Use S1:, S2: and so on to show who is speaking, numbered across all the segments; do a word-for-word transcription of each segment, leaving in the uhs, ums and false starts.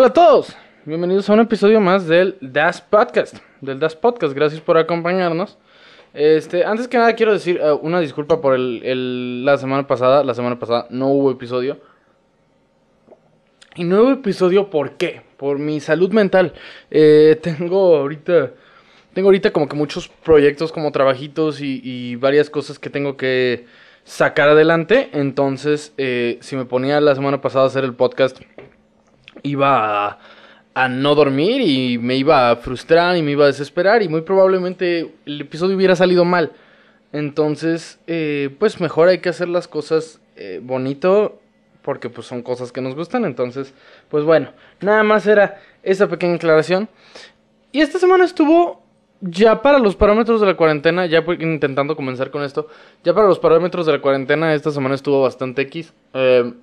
S1: Hola a todos, bienvenidos a un episodio más del Das Podcast, del Das Podcast, gracias por acompañarnos. Este, antes que nada quiero decir uh, una disculpa por el, el, la semana pasada, la semana pasada no hubo episodio. Y no hubo episodio, ¿por qué? Por mi salud mental. Eh, tengo ahorita, tengo ahorita como que muchos proyectos como trabajitos y, y varias cosas que tengo que sacar adelante. Entonces, eh, si me ponía la semana pasada a hacer el podcast, iba a, a no dormir y me iba a frustrar y me iba a desesperar y muy probablemente el episodio hubiera salido mal. Entonces, eh, pues mejor hay que hacer las cosas eh, bonito, porque pues son cosas que nos gustan. Entonces, pues bueno, nada más era esa pequeña aclaración. Y esta semana estuvo ya para los parámetros de la cuarentena, ya intentando comenzar con esto, ya para los parámetros de la cuarentena esta semana estuvo bastante X. Eh...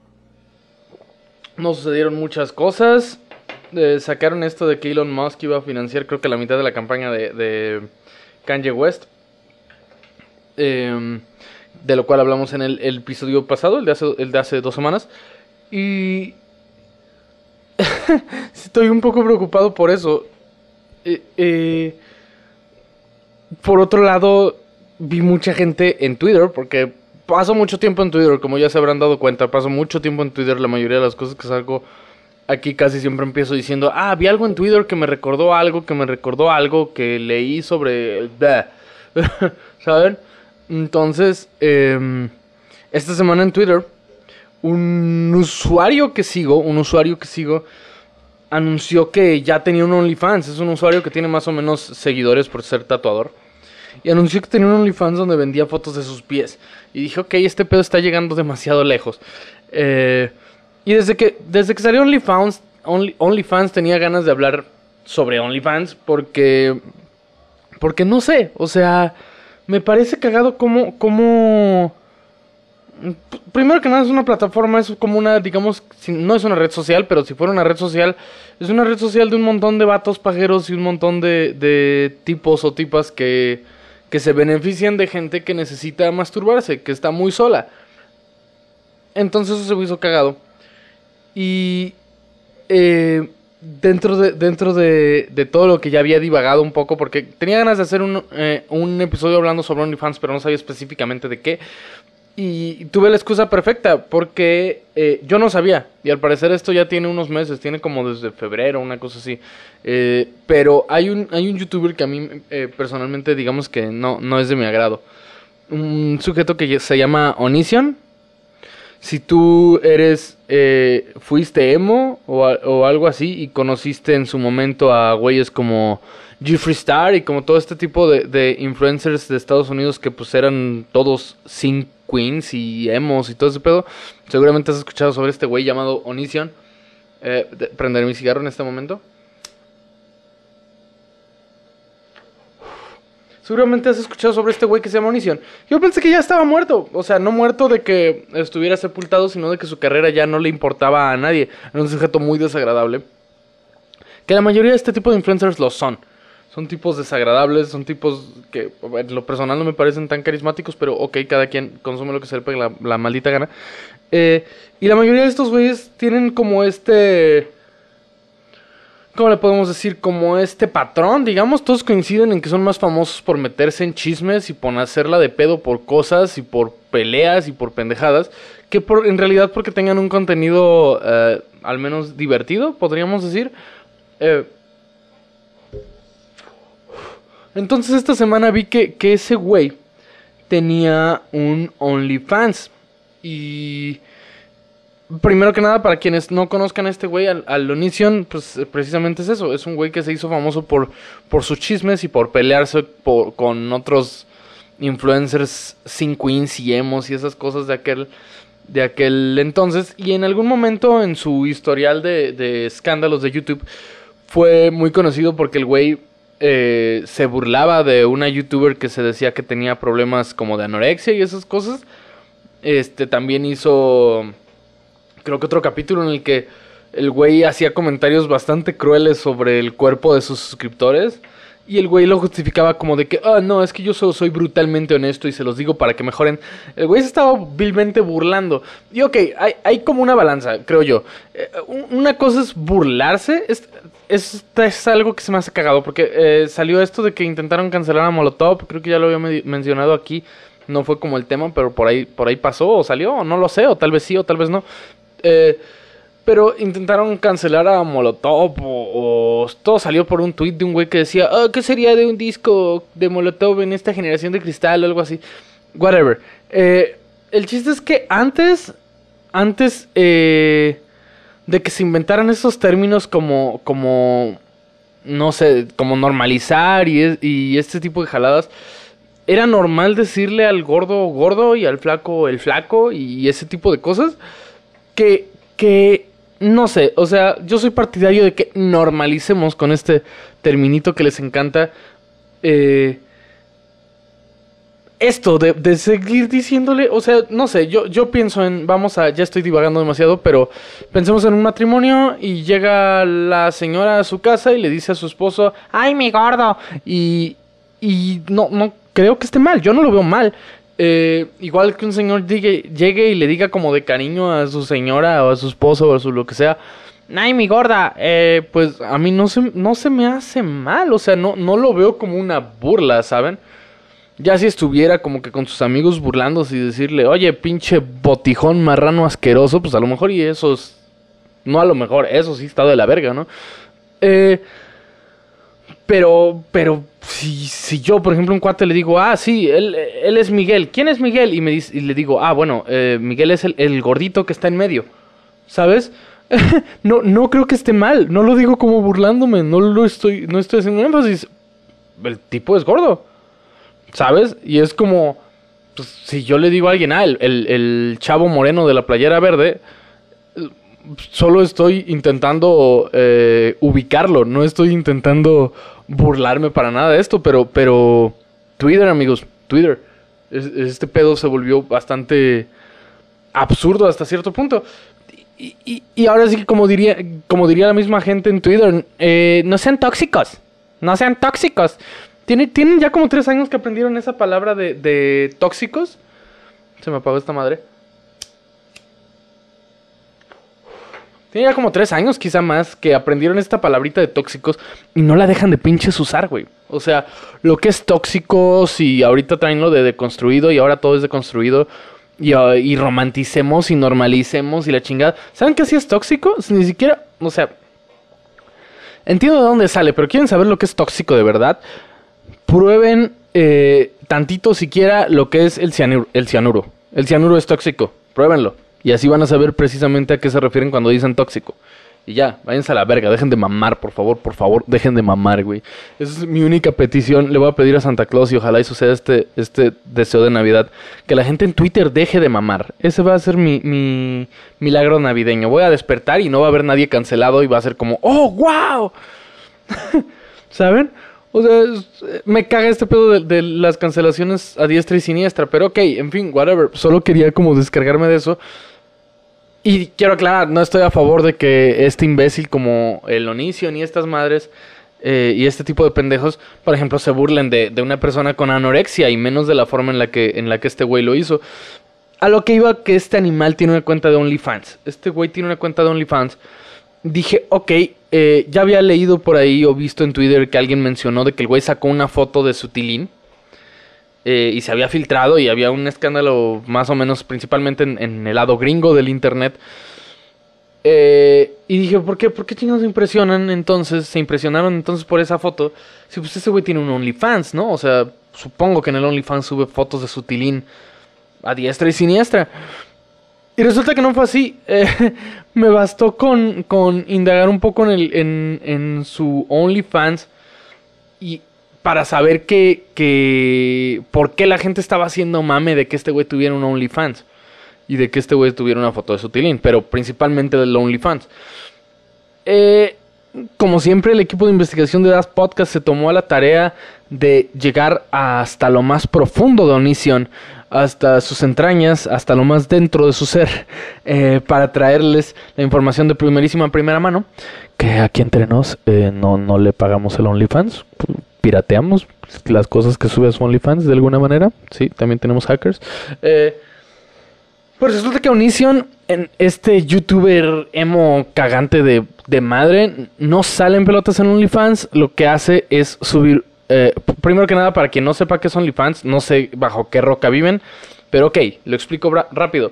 S1: No sucedieron muchas cosas. Eh, sacaron esto de que Elon Musk iba a financiar, creo que la mitad de la campaña de, de Kanye West. Eh, de lo cual hablamos en el, el episodio pasado, el de hace, el de hace dos semanas. Y estoy un poco preocupado por eso. Eh, eh, por otro lado, vi mucha gente en Twitter, porque paso mucho tiempo en Twitter, como ya se habrán dado cuenta. Paso mucho tiempo en Twitter, la mayoría de las cosas que salgo aquí casi siempre empiezo diciendo: ah, vi algo en Twitter que me recordó algo, que me recordó algo que leí sobre... ¿saben? Entonces, eh, esta semana en Twitter, un usuario que sigo, un usuario que sigo, anunció que ya tenía un OnlyFans. Es un usuario que tiene más o menos seguidores por ser tatuador. Y anunció que tenía un OnlyFans donde vendía fotos de sus pies. Y dije, ok, este pedo está llegando demasiado lejos. Eh, y desde que, desde que salió OnlyFans, Only, OnlyFans tenía ganas de hablar sobre OnlyFans. Porque, porque no sé, o sea, me parece cagado como, como... Primero que nada es una plataforma, es como una, digamos, no es una red social, pero si fuera una red social, es una red social de un montón de vatos pajeros y un montón de, de tipos o tipas que... que se benefician de gente que necesita masturbarse, que está muy sola. Entonces eso se me hizo cagado. Y eh, dentro, de, dentro de, de todo lo que ya había divagado un poco, porque tenía ganas de hacer un, eh, un episodio hablando sobre OnlyFans, pero no sabía específicamente de qué. Y tuve la excusa perfecta, porque eh, yo no sabía. Y al parecer esto ya tiene unos meses, tiene como desde febrero, una cosa así. Eh, pero hay un, hay un youtuber que a mí eh, personalmente digamos que no, no es de mi agrado. Un sujeto que se llama Onision. Si tú eres, eh, fuiste emo o, a, o algo así y conociste en su momento a güeyes como Jeffree Star y como todo este tipo de, de influencers de Estados Unidos que pues eran todos sin queens y emos y todo ese pedo, seguramente has escuchado sobre este güey llamado Onision. Eh, prenderé mi cigarro en este momento. Seguramente has escuchado sobre este güey que se llama Onision. Yo pensé que ya estaba muerto. O sea, no muerto de que estuviera sepultado, sino de que su carrera ya no le importaba a nadie. Era un sujeto muy desagradable. Que la mayoría de este tipo de influencers lo son. Son tipos desagradables, son tipos que en lo personal no me parecen tan carismáticos, pero ok, cada quien consume lo que se le pegue la, la maldita gana. Eh, y la mayoría de estos güeyes tienen como este... ¿Cómo le podemos decir? Como este patrón, digamos. Todos coinciden en que son más famosos por meterse en chismes y por hacerla de pedo por cosas y por peleas y por pendejadas, que por, en realidad porque tengan un contenido eh, al menos divertido, podríamos decir. Eh, entonces esta semana vi que, que ese güey tenía un OnlyFans. Y... primero que nada, para quienes no conozcan a este güey, al, al Onision, pues precisamente es eso. Es un güey que se hizo famoso por, por sus chismes y por pelearse por, con otros influencers sin queens y emos y esas cosas de aquel, de aquel entonces. Y en algún momento en su historial de, de escándalos de YouTube fue muy conocido porque el güey eh, se burlaba de una youtuber que se decía que tenía problemas como de anorexia y esas cosas. Este también hizo... creo que otro capítulo en el que el güey hacía comentarios bastante crueles sobre el cuerpo de sus suscriptores. Y el güey lo justificaba como de que, ah, no, es que yo solo soy brutalmente honesto y se los digo para que mejoren. El güey se estaba vilmente burlando. Y ok, hay, hay como una balanza, creo yo. Eh, una cosa es burlarse. Es, es, es algo que se me hace cagado. Porque eh, salió esto de que intentaron cancelar a Molotov. Creo que ya lo había me mencionado aquí. No fue como el tema, pero por ahí, por ahí pasó o salió. O no lo sé, o tal vez sí, o tal vez no. Eh... Pero intentaron cancelar a Molotov o, o todo salió por un tweet de un güey que decía, oh, ¿qué sería de un disco de Molotov en esta generación de cristal o algo así? Whatever. Eh, el chiste es que antes, antes eh, de que se inventaran esos términos como, como, no sé, como normalizar y, y este tipo de jaladas, era normal decirle al gordo gordo y al flaco el flaco y ese tipo de cosas que, que no sé, o sea, yo soy partidario de que normalicemos con este terminito que les encanta eh, esto de, de seguir diciéndole, o sea, no sé, yo, yo pienso en, vamos a, ya estoy divagando demasiado, pero pensemos en un matrimonio y llega la señora a su casa y le dice a su esposo, ¡ay, mi gordo! Y, y no, no creo que esté mal, yo no lo veo mal. Eh, igual que un señor llegue, llegue y le diga como de cariño a su señora o a su esposo o a su lo que sea, ay, mi gorda, eh, pues a mí no se, no se me hace mal, o sea, no, no lo veo como una burla, ¿saben? Ya si estuviera como que con sus amigos burlándose y decirle, oye, pinche botijón marrano asqueroso, pues a lo mejor y eso es, no a lo mejor, eso sí está de la verga, ¿no? Eh... Pero, pero, si, si yo, por ejemplo, un cuate le digo, ah, sí, él, él es Miguel. ¿Quién es Miguel? Y, me dice, y le digo, ah, bueno, eh, Miguel es el, el gordito que está en medio. ¿Sabes? no, no creo que esté mal. No lo digo como burlándome. No lo estoy, no estoy haciendo énfasis. El tipo es gordo. ¿Sabes? Y es como, pues, si yo le digo a alguien, ah, el, el, el chavo moreno de la playera verde, solo estoy intentando eh, ubicarlo. No estoy intentando burlarme para nada de esto, pero, pero Twitter, amigos, Twitter, es, este pedo se volvió bastante absurdo hasta cierto punto. Y, y, y ahora sí que como diría, como diría la misma gente en Twitter, eh, no sean tóxicos, no sean tóxicos. Tienen, tienen ya como tres años que aprendieron esa palabra de, de tóxicos. Se me apagó esta madre. Tiene ya como tres años, quizá más, que aprendieron esta palabrita de tóxicos y no la dejan de pinches usar, güey. O sea, lo que es tóxico, si ahorita traen lo de deconstruido y ahora todo es deconstruido y, uh, y romanticemos y normalicemos y la chingada. ¿Saben qué sí es tóxico? Ni siquiera, o sea, entiendo de dónde sale, pero quieren saber lo que es tóxico de verdad. Prueben eh, tantito siquiera lo que es el cianuro, el cianuro. El cianuro es tóxico, pruébenlo. Y así van a saber precisamente a qué se refieren cuando dicen tóxico. Y ya, váyanse a la verga, dejen de mamar, por favor, por favor, dejen de mamar, güey. Esa es mi única petición. Le voy a pedir a Santa Claus y ojalá y suceda este, este deseo de Navidad. Que la gente en Twitter deje de mamar. Ese va a ser mi, mi milagro navideño. Voy a despertar y no va a haber nadie cancelado y va a ser como, ¡oh, wow! ¿Saben? O sea, me caga este pedo de, de las cancelaciones a diestra y siniestra. Pero ok, en fin, whatever. Solo quería como descargarme de eso. Y quiero aclarar, no estoy a favor de que este imbécil como el Onicio ni estas madres eh, y este tipo de pendejos, por ejemplo, se burlen de, de una persona con anorexia y menos de la forma en la que, en la que este güey lo hizo. A lo que iba que este animal tiene una cuenta de OnlyFans. Este güey tiene una cuenta de OnlyFans. Dije, ok, eh, ya había leído por ahí o visto en Twitter que alguien mencionó de que el güey sacó una foto de su tilín. Eh, y se había filtrado y había un escándalo más o menos principalmente en, en el lado gringo del internet. Eh, y dije, ¿por qué? ¿Por qué chingados se impresionan entonces? Se impresionaron entonces por esa foto. Si pues ese güey tiene un OnlyFans, ¿no? O sea, supongo que en el OnlyFans sube fotos de su tilín a diestra y siniestra. Y resulta que no fue así. Eh, me bastó con, con indagar un poco en, el, en, en su OnlyFans y para saber que, que por qué la gente estaba haciendo mame de que este güey tuviera un OnlyFans y de que este güey tuviera una foto de su tilín, pero principalmente del OnlyFans. Eh, como siempre, el equipo de investigación de Das Podcast se tomó a la tarea de llegar hasta lo más profundo de Onision, hasta sus entrañas, hasta lo más dentro de su ser, eh, para traerles la información de primerísima primera mano, que aquí entre nos eh, no, no le pagamos el OnlyFans. pirateamos las cosas que sube a su OnlyFans de alguna manera. Sí, también tenemos hackers. Eh, pues resulta que Onision, en este youtuber emo cagante de, de madre, no sale en pelotas en OnlyFans. Lo que hace es subir... Eh, primero que nada, para quien no sepa qué es OnlyFans, no sé bajo qué roca viven, pero ok, lo explico rápido.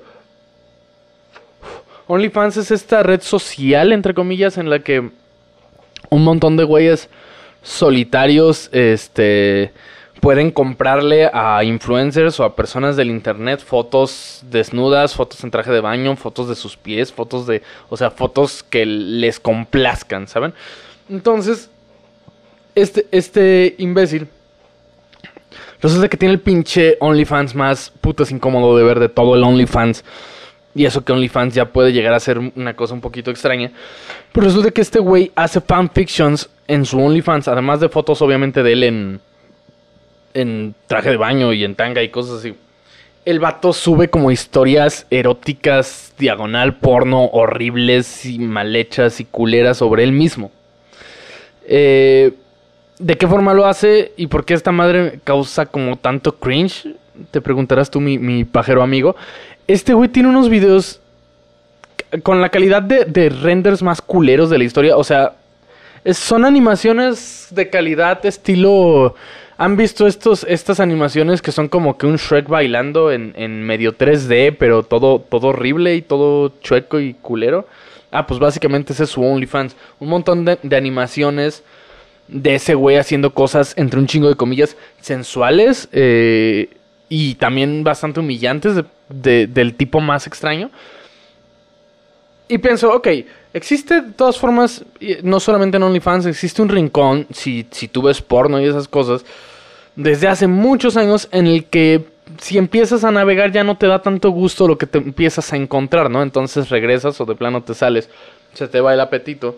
S1: OnlyFans es esta red social, entre comillas, en la que un montón de güeyes solitarios este, pueden comprarle a influencers o a personas del internet fotos desnudas, fotos en traje de baño, fotos de sus pies, fotos de... O sea, fotos que les complazcan, ¿saben? Entonces, este, este imbécil resulta que tiene el pinche OnlyFans más putas incómodo de ver de todo el OnlyFans. Y eso que OnlyFans ya puede llegar a ser una cosa un poquito extraña. Pero resulta que este güey hace fanfictions en su OnlyFans. Además de fotos obviamente de él en, en traje de baño y en tanga y cosas así. El vato sube como historias eróticas, diagonal, porno, horribles y mal hechas y culeras sobre él mismo. Eh, ¿De qué forma lo hace y por qué esta madre causa como tanto cringe? Te preguntarás tú, mi, mi pajero amigo. Este güey tiene unos videos con la calidad de, de renders más culeros de la historia. O sea, es, son animaciones de calidad estilo... ¿Han visto estos, estas animaciones que son como que un Shrek bailando en, en medio tres D, pero todo, todo horrible y todo chueco y culero? Ah, pues básicamente ese es su OnlyFans. Un montón de, de animaciones de ese güey haciendo cosas, entre un chingo de comillas, sensuales eh, y también bastante humillantes de, de, del tipo más extraño. Y pienso, ok, existe de todas formas, no solamente en OnlyFans, existe un rincón, si, si tú ves porno y esas cosas, desde hace muchos años en el que si empiezas a navegar ya no te da tanto gusto lo que te empiezas a encontrar, ¿no? Entonces regresas o de plano te sales, se te va el apetito.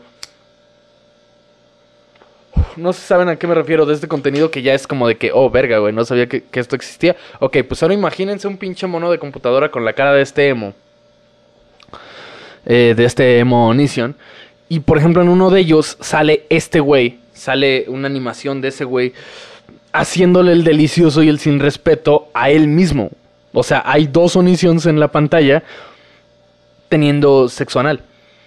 S1: No sé si saben a qué me refiero de este contenido que ya es como de que, oh, verga, güey, no sabía que, que esto existía. Ok, pues ahora imagínense un pinche mono de computadora con la cara de este emo. Eh, de este emo Onision. Y por ejemplo en uno de ellos sale este güey, sale una animación de ese güey haciéndole el delicioso y el sin respeto a él mismo. O sea, hay dos Onisions en la pantalla teniendo sexo anal.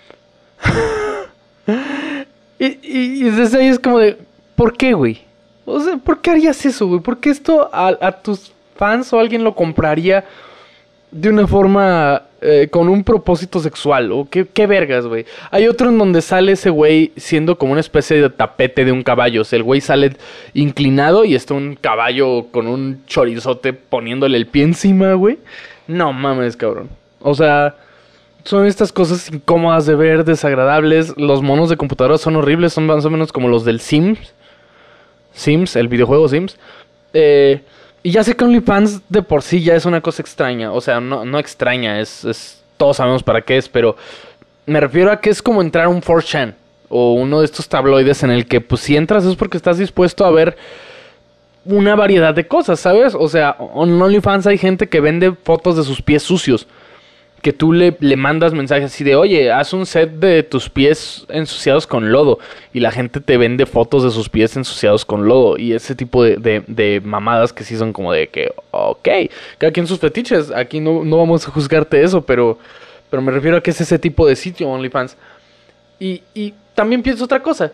S1: y, y, y desde ahí es como de, ¿por qué, güey? O sea, ¿por qué harías eso, güey? ¿Por qué esto a, a tus fans o alguien lo compraría de una forma eh, con un propósito sexual? ¿O qué, qué vergas, güey? Hay otro en donde sale ese güey siendo como una especie de tapete de un caballo. O sea, el güey sale inclinado y está un caballo con un chorizote poniéndole el pie encima, güey. No mames, cabrón. O sea, son estas cosas incómodas de ver, desagradables. Los monos de computadora son horribles, son más o menos como los del Sims. Sims, el videojuego Sims. Eh... Y ya sé que OnlyFans de por sí ya es una cosa extraña. O sea, no, no extraña, es, es... Todos sabemos para qué es, pero... Me refiero a que es como entrar a un four chan. O uno de estos tabloides en el que, pues, si entras es porque estás dispuesto a ver una variedad de cosas, ¿sabes? O sea, en OnlyFans hay gente que vende fotos de sus pies sucios. Que tú le, le mandas mensajes así de, oye, haz un set de tus pies ensuciados con lodo. Y la gente te vende fotos de sus pies ensuciados con lodo. Y ese tipo de, de, de mamadas que sí son como de que, ok, cada quien sus fetiches. Aquí no, no vamos a juzgarte eso, pero, pero me refiero a que es ese tipo de sitio, OnlyFans. Y, y también pienso otra cosa.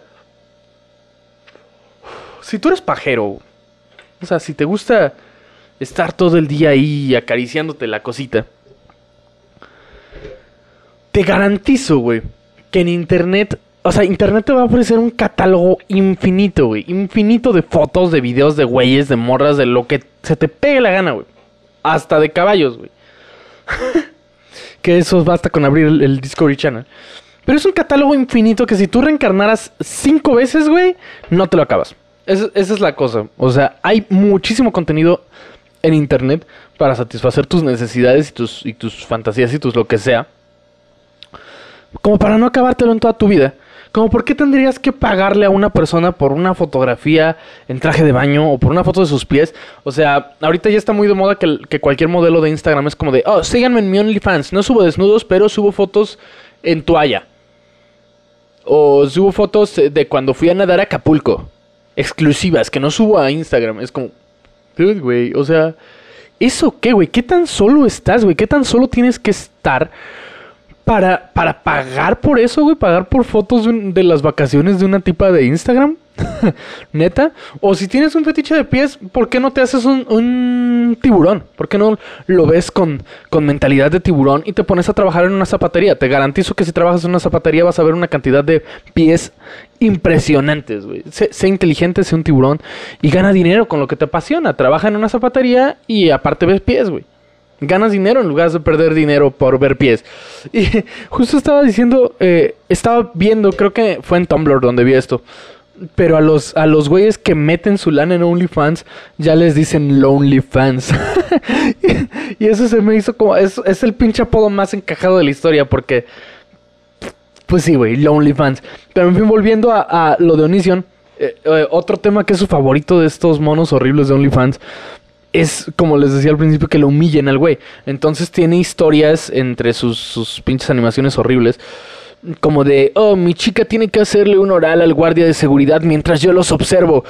S1: Si tú eres pajero, o sea, si te gusta estar todo el día ahí acariciándote la cosita, te garantizo, güey, que en internet... O sea, internet te va a ofrecer un catálogo infinito, güey. Infinito de fotos, de videos, de güeyes, de morras, de lo que se te pegue la gana, güey. Hasta de caballos, güey. Que eso basta con abrir el, el Discovery Channel. Pero es un catálogo infinito que si tú reencarnaras cinco veces, güey, no te lo acabas. Es, esa es la cosa. O sea, hay muchísimo contenido en internet para satisfacer tus necesidades y tus, y tus fantasías y tus lo que sea. Como para no acabártelo en toda tu vida. Como por qué tendrías que pagarle a una persona por una fotografía en traje de baño o por una foto de sus pies. O sea, ahorita ya está muy de moda que, que cualquier modelo de Instagram es como de, oh, síganme en mi OnlyFans. No subo desnudos, pero subo fotos en toalla. O subo fotos de cuando fui a nadar a Acapulco. exclusivas que no subo a Instagram. Es como, dude, güey, o sea, ¿eso qué, güey? ¿Qué tan solo estás, güey? ¿Qué tan solo tienes que estar para, para pagar por eso, güey? ¿Pagar por fotos de, un, de las vacaciones de una tipa de Instagram? ¿Neta? O si tienes un fetiche de pies, ¿por qué no te haces un, un tiburón? ¿Por qué no lo ves con, con mentalidad de tiburón y te pones a trabajar en una zapatería? Te garantizo que si trabajas en una zapatería vas a ver una cantidad de pies impresionantes, güey. Sé, sé inteligente, sé un tiburón y gana dinero con lo que te apasiona. Trabaja en una zapatería y aparte ves pies, güey. Ganas dinero en lugar de perder dinero por ver pies. Y justo estaba diciendo, eh, estaba viendo, creo que fue en Tumblr donde vi esto. Pero a los, a los güeyes que meten su lana en OnlyFans, ya les dicen Lonely Fans. y, y eso se me hizo como... Es, es el pinche apodo más encajado de la historia, porque... Pues sí, güey, Lonely Fans. Pero en fin, volviendo a, a lo de Onision, eh, eh, otro tema que es su favorito de estos monos horribles de OnlyFans es, como les decía al principio, que lo humillen al güey. Entonces tiene historias entre sus, sus pinches animaciones horribles, como de, oh, mi chica tiene que hacerle un oral al guardia de seguridad mientras yo los observo.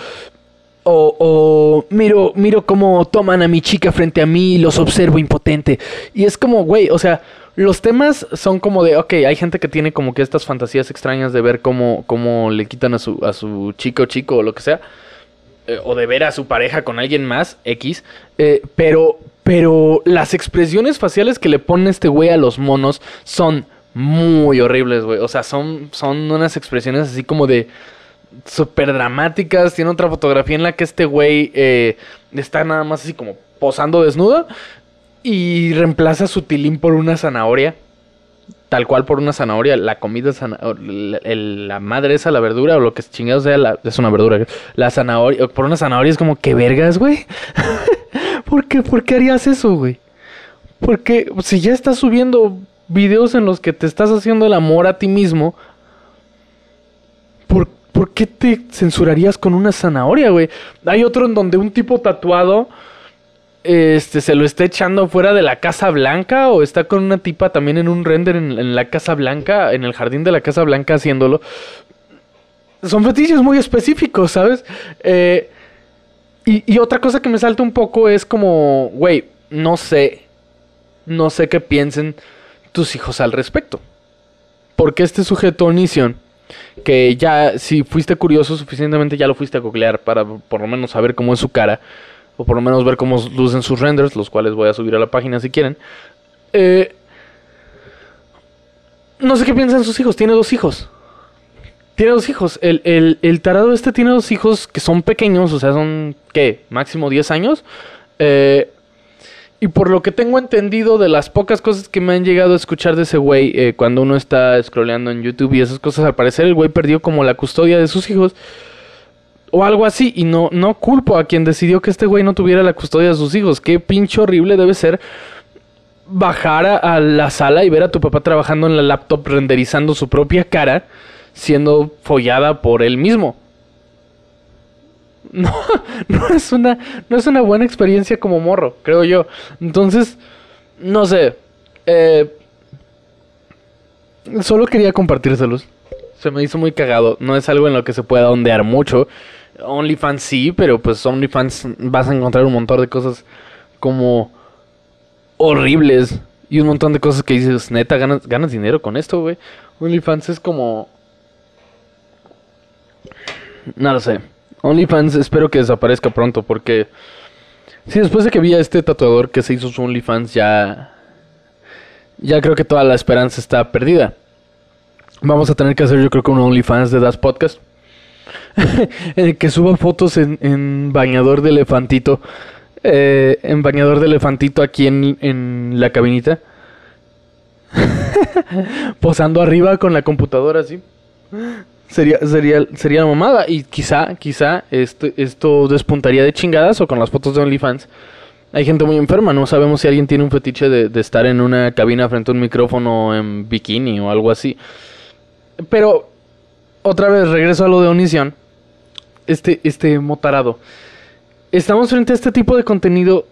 S1: O, o miro, miro cómo toman a mi chica frente a mí y los observo impotente. Y es como, güey, o sea, los temas son como de, ok, hay gente que tiene como que estas fantasías extrañas de ver cómo, cómo le quitan a su, a su chico o chico o lo que sea. Eh, o de ver a su pareja con alguien más, X. Eh, pero, pero las expresiones faciales que le pone este güey a los monos son muy horribles, güey. O sea, son, son unas expresiones así como de súper dramáticas. Tiene otra fotografía en la que este güey eh, está nada más así como posando desnuda y reemplaza su tilín por una zanahoria. Tal cual por una zanahoria. La comida, la, la madre esa, la verdura o lo que chingados sea, la, es una verdura. La zanahoria, por una zanahoria es como, ¿qué vergas, güey? ¿Por qué, ¿Por qué harías eso, güey? Porque si ya estás subiendo videos en los que te estás haciendo el amor a ti mismo, ¿por, ¿por qué te censurarías con una zanahoria, güey? Hay otro en donde un tipo tatuado este, se lo está echando fuera de la Casa Blanca, o está con una tipa también en un render en, en la Casa Blanca, en el jardín de la Casa Blanca haciéndolo. Son fetiches muy específicos, ¿sabes? Eh, y, y otra cosa que me salta un poco es como, güey, no sé, no sé qué piensen tus hijos al respecto. Porque este sujeto Onision, que ya si fuiste curioso suficientemente ya lo fuiste a googlear para por lo menos saber cómo es su cara, o por lo menos ver cómo lucen sus renders, los cuales voy a subir a la página si quieren. Eh, no sé qué piensan sus hijos. Tiene dos hijos. Tiene dos hijos. El, el, el tarado este tiene dos hijos que son pequeños, o sea, son, ¿qué? Máximo diez años. Eh... Y por lo que tengo entendido de las pocas cosas que me han llegado a escuchar de ese güey, eh, cuando uno está scrolleando en YouTube y esas cosas, al parecer el güey perdió como la custodia de sus hijos o algo así. Y no, no culpo a quien decidió que este güey no tuviera la custodia de sus hijos. Qué pinche horrible debe ser bajar a, a la sala y ver a tu papá trabajando en la laptop renderizando su propia cara siendo follada por él mismo. No, no es una, no es una buena experiencia como morro, creo yo. Entonces, no sé. Eh, solo quería compartírselos. Se me hizo muy cagado. No es algo en lo que se pueda ondear mucho. OnlyFans sí, pero pues OnlyFans vas a encontrar un montón de cosas como horribles. Y un montón de cosas que dices, neta, ganas, ganas dinero con esto, güey. OnlyFans es como... No lo sé. OnlyFans espero que desaparezca pronto, porque sí, después de que vi a este tatuador que se hizo su OnlyFans, ya ya creo que toda la esperanza está perdida. Vamos a tener que hacer, yo creo que un OnlyFans de Das Podcast en el que suba fotos en, en bañador de elefantito, eh, en bañador de elefantito aquí en, en la cabinita, posando arriba con la computadora así. Sería, sería, sería la mamada. Y quizá, quizá esto, esto despuntaría de chingadas o con las fotos de OnlyFans. Hay gente muy enferma, no sabemos si alguien tiene un fetiche de, de estar en una cabina frente a un micrófono en bikini o algo así. Pero, otra vez, regreso a lo de Onision. Este, este motarado. Estamos frente a este tipo de contenido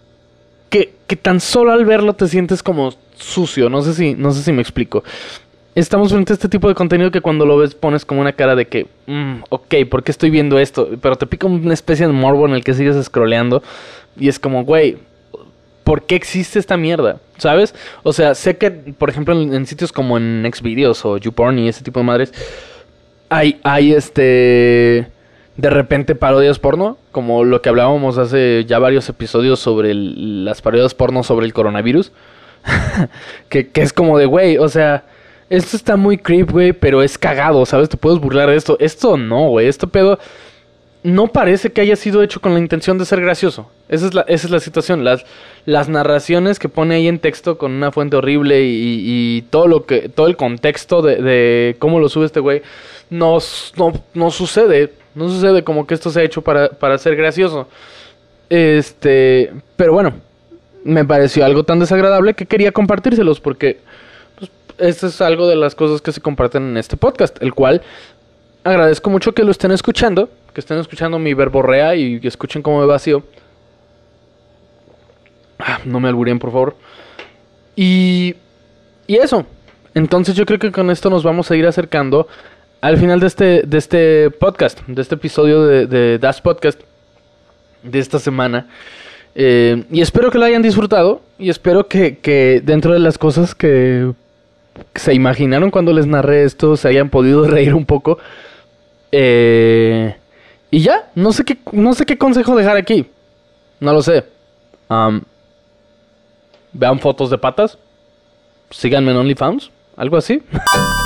S1: que, que tan solo al verlo te sientes como sucio. No sé si, no sé si me explico. estamos frente a este tipo de contenido que cuando lo ves pones como una cara de que, mm, ok, ¿por qué estoy viendo esto? Pero te pica una especie de morbo en el que sigues scrolleando y es como, güey, ¿por qué existe esta mierda? ¿Sabes? O sea, sé que, por ejemplo, en, en sitios como en Xvideos o YouPorn y ese tipo de madres, hay, hay este... de repente parodias porno, como lo que hablábamos hace ya varios episodios sobre el, las parodias porno sobre el coronavirus. que, que es como de, güey, o sea, esto está muy creep, güey, pero es cagado, ¿sabes? Te puedes burlar de esto. Esto no, güey, esto pedo no parece que haya sido hecho con la intención de ser gracioso. Esa es la, esa es la situación. Las, las narraciones que pone ahí en texto con una fuente horrible y, y todo lo que, todo el contexto de, de cómo lo sube este güey, no, no, no sucede. No sucede como que esto se ha hecho para, para ser gracioso. Este, pero bueno, me pareció algo tan desagradable que quería compartírselos porque pues, esto es algo de las cosas que se comparten en este podcast, el cual agradezco mucho que lo estén escuchando, que estén escuchando mi verborrea y que escuchen cómo me vacío. Ah, no me alburen, por favor. Y, y eso. Entonces yo creo que con esto nos vamos a ir acercando al final de este, de este podcast, de este episodio de, de Das Podcast de esta semana. Eh, y espero que lo hayan disfrutado. Y espero que, que dentro de las cosas que se imaginaron cuando les narré esto, se hayan podido reír un poco. Eh, y ya, no sé qué, no sé qué consejo dejar aquí. No lo sé. Um, vean fotos de patas. Síganme en OnlyFans. Algo así.